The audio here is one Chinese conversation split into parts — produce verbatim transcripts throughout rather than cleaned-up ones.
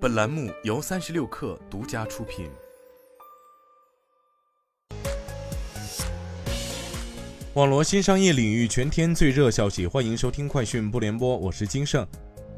本栏目由三十六氪独家出品。网罗新商业领域全天最热消息，欢迎收听快讯不联播，我是金盛。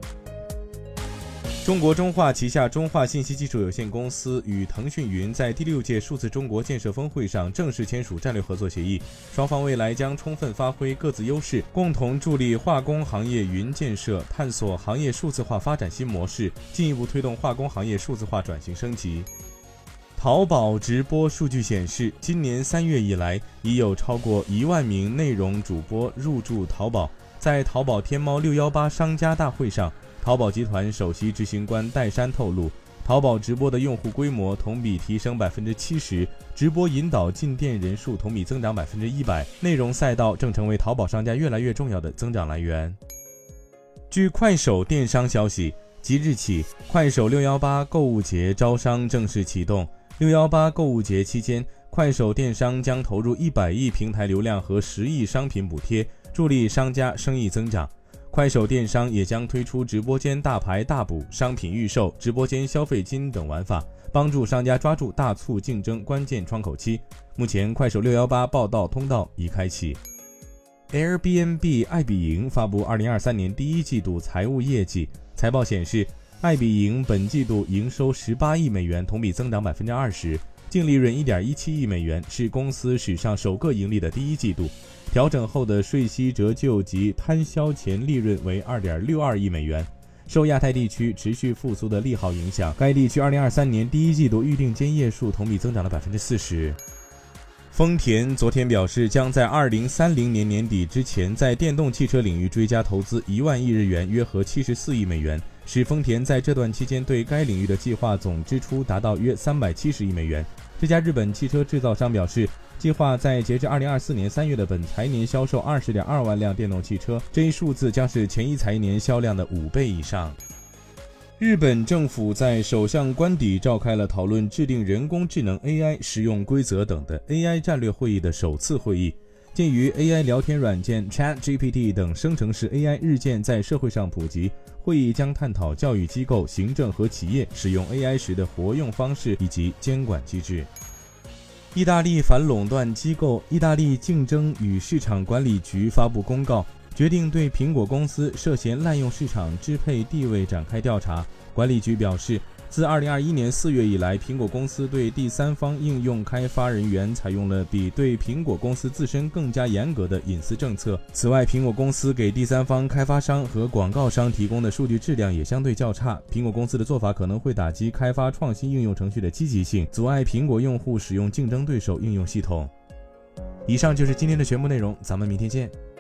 中国中化旗下中化信息技术有限公司与腾讯云在第六届数字中国建设峰会上正式签署战略合作协议，双方未来将充分发挥各自优势，共同助力化工行业云建设，探索行业数字化发展新模式，进一步推动化工行业数字化转型升级。淘宝直播数据显示，今年三月以来，已有超过一万名内容主播入驻淘宝。在淘宝天猫六一八商家大会上，淘宝集团首席执行官戴珊透露，淘宝直播的用户规模同比提升 百分之七十， 直播引导进店人数同比增长 百分之百， 内容赛道正成为淘宝商家越来越重要的增长来源。据快手电商消息，即日起，快手六一八购物节招商正式启动。六一八购物节期间，快手电商将投入一百亿平台流量和十亿商品补贴，助力商家生意增长。快手电商也将推出直播间大牌大补、商品预售、直播间消费金等玩法，帮助商家抓住大促竞争关键窗口期。目前，快手六一八报到通道已开启。Airbnb 爱彼迎发布二零二三年第一季度财务业绩，财报显示，爱彼迎本季度营收十八亿美元，同比增长 百分之二十， 净利润 一点一七亿美元，是公司史上首个盈利的第一季度。调整后的税息折旧及摊销前利润为 二点六二亿美元。受亚太地区持续复苏的利好影响，该地区二零二三年第一季度预订间业数同比增长了 百分之四十。丰田昨天表示，将在二零三零年年底之前在电动汽车领域追加投资一万亿日元，约合七十四亿美元，使丰田在这段期间对该领域的计划总支出达到约三百七十亿美元。这家日本汽车制造商表示，计划在截至二零二四年三月的本财年销售 二十点二万辆电动汽车，这一数字将是前一财年销量的五倍以上。日本政府在首相官邸召开了讨论制定人工智能 A I 使用规则等的 A I 战略会议的首次会议。鉴于 A I 聊天软件 ChatGPT 等生成式 A I 日渐在社会上普及，会议将探讨教育机构、行政和企业使用 A I 时的活用方式以及监管机制。意大利反垄断机构意大利竞争与市场管理局发布公告，决定对苹果公司涉嫌滥用市场支配地位展开调查。管理局表示，自二零二一年四月以来，苹果公司对第三方应用开发人员采用了比对苹果公司自身更加严格的隐私政策。此外，苹果公司给第三方开发商和广告商提供的数据质量也相对较差。苹果公司的做法可能会打击开发创新应用程序的积极性，阻碍苹果用户使用竞争对手应用系统。以上就是今天的全部内容，咱们明天见。